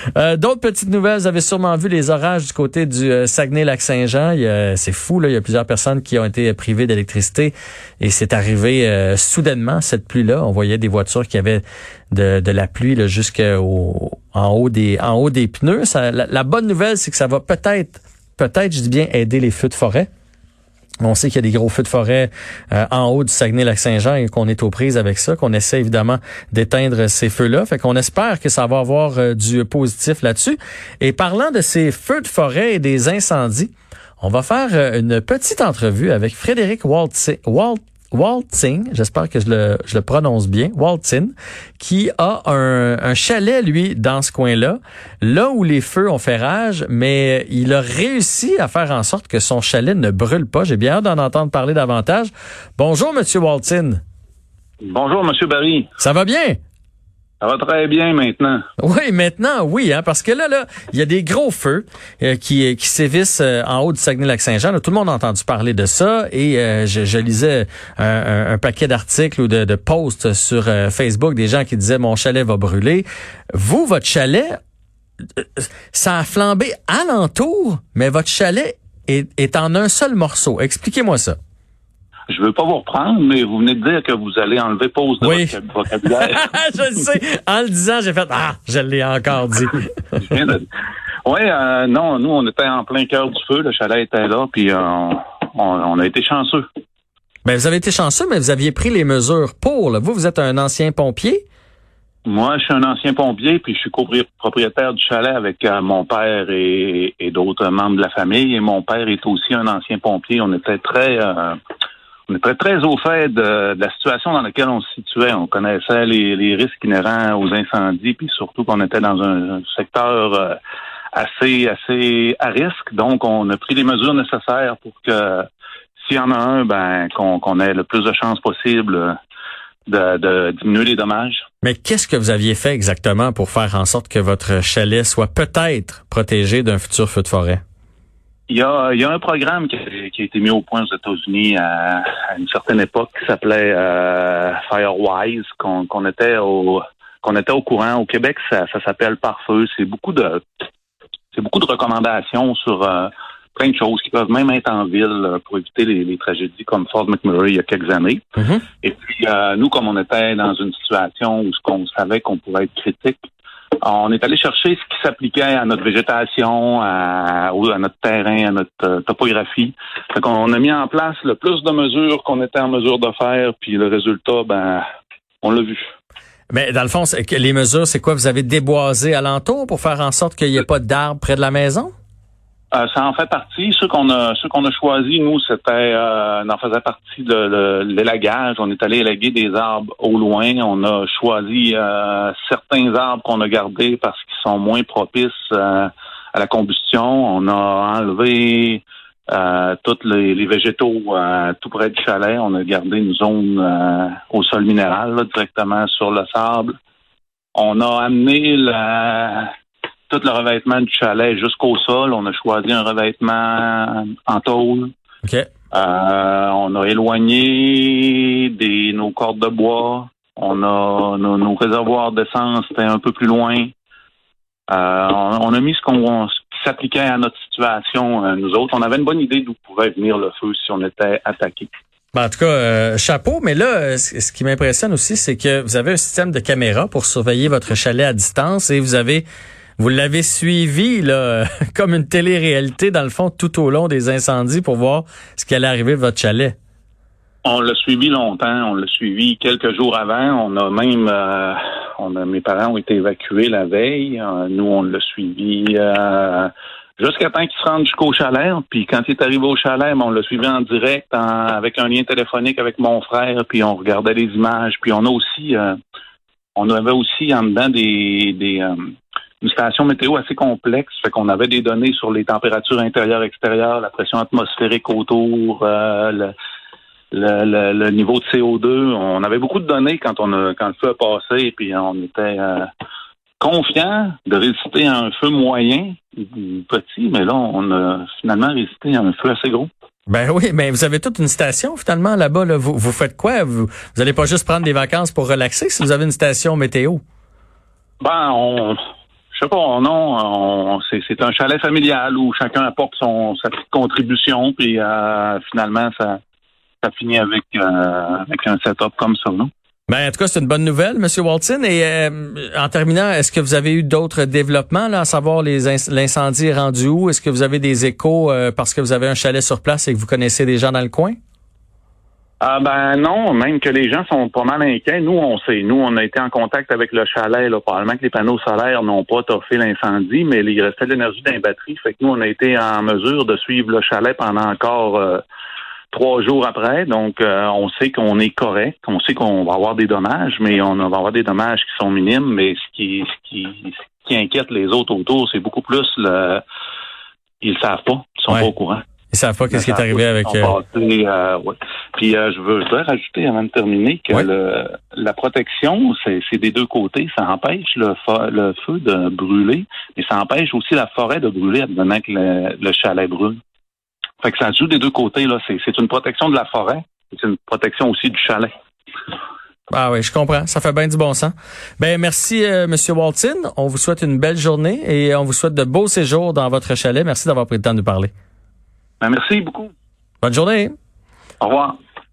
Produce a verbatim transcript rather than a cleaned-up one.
Euh, d'autres petites nouvelles, vous avez sûrement vu les orages du côté du euh, Saguenay-Lac-Saint-Jean. Il y a, c'est fou, là. Il y a plusieurs personnes qui ont été privées d'électricité et c'est arrivé euh, soudainement, cette pluie-là. On voyait des voitures qui avaient de, de la pluie là, jusqu'au en haut des en haut des pneus. Ça, la, la bonne nouvelle, c'est que ça va peut-être, peut-être, je dis bien, aider les feux de forêt. On sait qu'il y a des gros feux de forêt euh, en haut du Saguenay-Lac-Saint-Jean et qu'on est aux prises avec ça, qu'on essaie évidemment d'éteindre ces feux-là. Fait qu'on espère que ça va avoir euh, du positif là-dessus. Et parlant de ces feux de forêt et des incendies, on va faire euh, une petite entrevue avec Frédéric Waltzing, Walt, Waltzing, j'espère que je le, je le prononce bien, Waltzing, qui a un, un chalet, lui, dans ce coin-là, là où les feux ont fait rage, mais il a réussi à faire en sorte que son chalet ne brûle pas. J'ai bien hâte d'en entendre parler davantage. Bonjour, Monsieur Waltzing. Bonjour, Monsieur Barry. Ça va bien? Ça va très bien maintenant. Oui, maintenant, oui, hein, parce que là, là, il y a des gros feux euh, qui qui sévissent euh, en haut du Saguenay-Lac-Saint-Jean. Là, tout le monde a entendu parler de ça et euh, je, je lisais un, un, un paquet d'articles ou de, de posts sur euh, Facebook des gens qui disaient mon chalet va brûler. Vous, votre chalet, euh, ça a flambé alentour, mais votre chalet est, est en un seul morceau. Expliquez-moi ça. Je veux pas vous reprendre, mais vous venez de dire que vous allez enlever pause de oui. votre vocabulaire. Je le sais. En le disant, j'ai fait « Ah, je l'ai encore dit. » Oui, euh, non, nous, on était en plein cœur du feu. Le chalet était là, puis euh, on, on a été chanceux. Ben, vous avez été chanceux, mais vous aviez pris les mesures pour. Là. Vous, vous êtes un ancien pompier? Moi, je suis un ancien pompier, puis je suis copropriétaire du chalet avec euh, mon père et, et d'autres membres de la famille. Et mon père est aussi un ancien pompier. On était très... Euh, On était très au fait de, de la situation dans laquelle on se situait. On connaissait les, les risques inhérents aux incendies, puis surtout qu'on était dans un, un secteur euh, assez assez à risque. Donc, on a pris les mesures nécessaires pour que s'il y en a un, ben qu'on, qu'on ait le plus de chances possible de, de diminuer les dommages. Mais qu'est-ce que vous aviez fait exactement pour faire en sorte que votre chalet soit peut-être protégé d'un futur feu de forêt? Il y a, il y a un programme qui a, qui a été mis au point aux États-Unis à, à une certaine époque qui s'appelait euh, Firewise, qu'on, qu'on était au qu'on était au courant. Au Québec, ça, ça s'appelle Pare-feu. C'est beaucoup de c'est beaucoup de recommandations sur euh, plein de choses qui peuvent même être en ville pour éviter les, les tragédies comme Fort McMurray il y a quelques années. Mm-hmm. Et puis euh, nous, comme on était dans une situation où ce qu'on savait qu'on pourrait être critique, on est allé chercher ce qui s'appliquait à notre végétation, à, à notre terrain, à notre euh, topographie. Fait qu'on a mis en place le plus de mesures qu'on était en mesure de faire, puis le résultat, ben, on l'a vu. Mais dans le fond, c'est que les mesures, c'est quoi? Vous avez déboisé alentour pour faire en sorte qu'il n'y ait pas d'arbres près de la maison? Euh, ça en fait partie. Ceux qu'on a, ceux qu'on a choisis, nous, c'était, euh, en faisait partie de, de l'élagage. On est allé élaguer des arbres au loin. On a choisi euh, certains arbres qu'on a gardés parce qu'ils sont moins propices euh, à la combustion. On a enlevé euh, tous les, les végétaux euh, tout près du chalet. On a gardé une zone euh, au sol minéral, là, directement sur le sable. On a amené la tout le revêtement du chalet jusqu'au sol. On a choisi un revêtement en tôle. Okay. Euh, on a éloigné des, nos cordes de bois. On a nos, nos réservoirs d'essence, c'était un peu plus loin. Euh, on, on a mis ce, qu'on, ce qui s'appliquait à notre situation, euh, nous autres. On avait une bonne idée d'où pouvait venir le feu si on était attaqué. Ben, en tout cas, euh, chapeau. Mais là, ce qui m'impressionne aussi, c'est que vous avez un système de caméra pour surveiller votre chalet à distance et vous avez Vous l'avez suivi là, comme une télé-réalité, dans le fond, tout au long des incendies pour voir ce qui allait arriver à votre chalet. On l'a suivi longtemps. On l'a suivi quelques jours avant. On a même... Euh, on a, mes parents ont été évacués la veille. Euh, nous, on l'a suivi euh, jusqu'à temps qu'il se rende jusqu'au chalet. Puis quand il est arrivé au chalet, on l'a suivi en direct en, avec un lien téléphonique avec mon frère. Puis on regardait les images. Puis on a aussi... Euh, on avait aussi en dedans des... des euh, une station météo assez complexe, fait qu'on avait des données sur les températures intérieures, extérieures, la pression atmosphérique autour, euh, le, le, le, le niveau de C O deux. On avait beaucoup de données quand on a quand le feu a passé, puis on était euh, confiants de résister à un feu moyen, petit, mais là, on a finalement résisté à un feu assez gros. Ben oui, mais vous avez toute une station finalement là-bas. Là. Vous, vous faites quoi? Vous, vous allez pas juste prendre des vacances pour relaxer si vous avez une station météo? Ben, on... Je sais pas, non, on, c'est, c'est un chalet familial où chacun apporte son sa petite contribution, puis euh, finalement, ça, ça finit avec, euh, avec un setup comme ça, non? Ben, en tout cas, c'est une bonne nouvelle, M. Walton. Et euh, en terminant, est-ce que vous avez eu d'autres développements, là, à savoir les inc- l'incendie est rendu où? Est-ce que vous avez des échos euh, parce que vous avez un chalet sur place et que vous connaissez des gens dans le coin? Ah ben non, même que les gens sont pas mal inquiets. Nous, on sait. Nous, on a été en contact avec le chalet. Là. Probablement que les panneaux solaires n'ont pas toffé l'incendie, mais il restait de l'énergie dans les batteries. Fait que nous, on a été en mesure de suivre le chalet pendant encore euh, trois jours après. Donc, euh, on sait qu'on est correct. On sait qu'on va avoir des dommages, mais on va avoir des dommages qui sont minimes. Mais ce qui, ce qui, ce qui inquiète les autres autour, c'est beaucoup plus le... Ils le savent pas. Ils sont ouais. pas au courant. Ils savent pas qu'est-ce qui est arrivé avec... Euh... Passés, euh, ouais. Puis euh, je veux, je voudrais rajouter avant de terminer que ouais. le, la protection, c'est, c'est des deux côtés. Ça empêche le, fa- le feu de brûler, mais ça empêche aussi la forêt de brûler advenant que le, le chalet brûle. Fait que ça joue des deux côtés. Là. C'est, c'est une protection de la forêt, c'est une protection aussi du chalet. Ah oui, je comprends. Ça fait bien du bon sens. Ben merci, euh, M. Walton. On vous souhaite une belle journée et on vous souhaite de beaux séjours dans votre chalet. Merci d'avoir pris le temps de nous parler. Ben, merci beaucoup. Bonne journée. Au revoir.